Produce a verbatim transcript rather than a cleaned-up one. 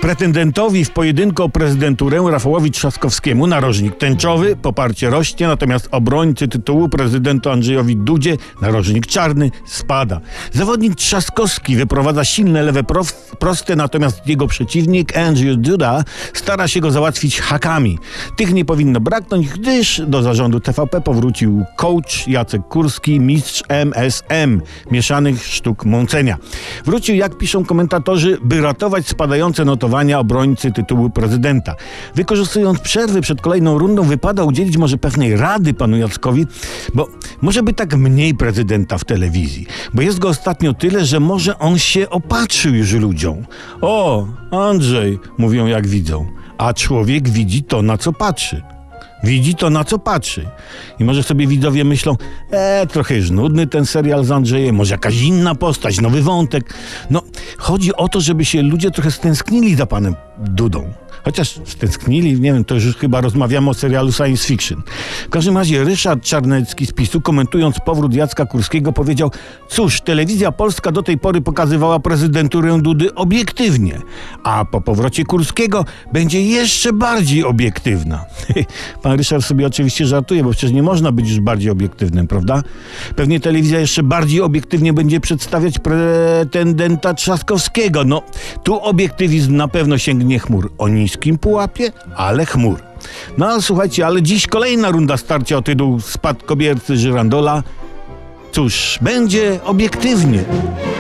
Pretendentowi w pojedynku o prezydenturę Rafałowi Trzaskowskiemu narożnik tęczowy, poparcie rośnie, natomiast obrońcy tytułu prezydentu Andrzejowi Dudzie narożnik czarny spada. Zawodnik Trzaskowski wyprowadza silne lewe prof- proste, natomiast jego przeciwnik Andrzej Duda stara się go załatwić hakami. Tych nie powinno braknąć, gdyż do zarządu T V P powrócił coach Jacek Kurski, mistrz M S M, mieszanych sztuk mącenia. Wrócił, jak piszą komentatorzy, by ratować spadające notowania obrońcy tytułu prezydenta. Wykorzystując przerwy przed kolejną rundą, wypada udzielić może pewnej rady panu Jackowi, bo może by tak mniej prezydenta w telewizji, bo jest go ostatnio tyle, że może on się opatrzył już ludziom. O, Andrzej, mówią jak widzą, a człowiek widzi to, na co patrzy. Widzi to, na co patrzy. I może sobie widzowie myślą, e, trochę już nudny ten serial z Andrzejem, może jakaś inna postać, nowy wątek. No, chodzi o to, żeby się ludzie trochę stęsknili za panem Dudą. Chociaż stęsknili, nie wiem, to już chyba rozmawiamy o serialu science fiction. W każdym razie Ryszard Czarnecki z PiSu, komentując powrót Jacka Kurskiego, powiedział: cóż, telewizja polska do tej pory pokazywała prezydenturę Dudy obiektywnie, a po powrocie Kurskiego będzie jeszcze bardziej obiektywna. Pan Ryszard sobie oczywiście żartuje, bo przecież nie można być już bardziej obiektywnym, prawda? Pewnie telewizja jeszcze bardziej obiektywnie będzie przedstawiać pretendenta Trzaskowskiego. No, tu obiektywizm na pewno sięgnie chmur. O niskim pułapie, ale chmur. No ale słuchajcie, ale dziś kolejna runda starcia o tytuł spadkobiercy Żyrandola. Cóż, będzie obiektywnie.